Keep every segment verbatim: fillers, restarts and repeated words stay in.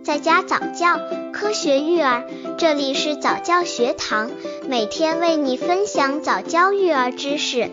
在家早教，科学育儿，这里是早教学堂，每天为你分享早教育儿知识。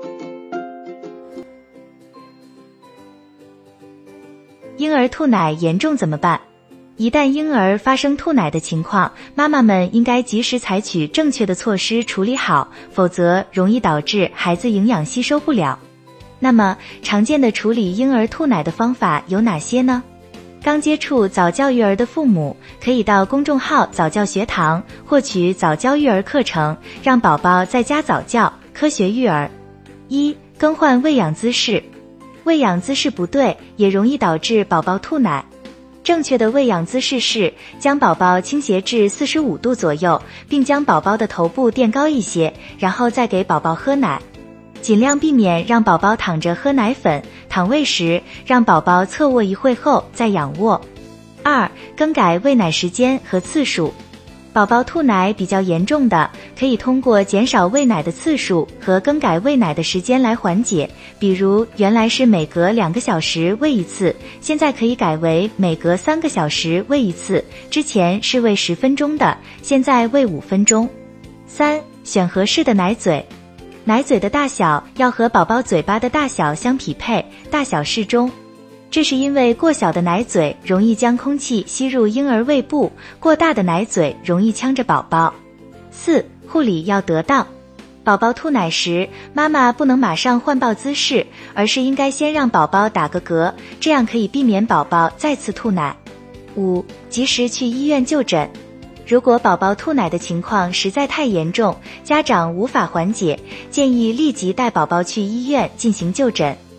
婴儿吐奶严重怎么办？一旦婴儿发生吐奶的情况，妈妈们应该及时采取正确的措施处理好，否则容易导致孩子营养吸收不了。那么，常见的处理婴儿吐奶的方法有哪些呢？刚接触早教育儿的父母，可以到公众号早教学堂获取早教育儿课程，让宝宝在家早教，科学育儿。一、更换喂养姿势。喂养姿势不对，也容易导致宝宝吐奶。正确的喂养姿势是将宝宝倾斜至四十五度左右，并将宝宝的头部垫高一些，然后再给宝宝喝奶。尽量避免让宝宝躺着喝奶粉，躺喂时让宝宝侧卧一会后再仰卧。二、更改喂奶时间和次数。宝宝吐奶比较严重的，可以通过减少喂奶的次数和更改喂奶的时间来缓解，比如原来是每隔两个小时喂一次，现在可以改为每隔三个小时喂一次，之前是喂十分钟的，现在喂五分钟。三、选合适的奶嘴。奶嘴的大小要和宝宝嘴巴的大小相匹配，大小适中。这是因为过小的奶嘴容易将空气吸入婴儿胃部，过大的奶嘴容易呛着宝宝。四、护理要得当。宝宝吐奶时，妈妈不能马上换抱姿势，而是应该先让宝宝打个嗝，这样可以避免宝宝再次吐奶。五、及时去医院就诊。如果宝宝吐奶的情况实在太严重，家长无法缓解，建议立即带宝宝去医院进行就诊。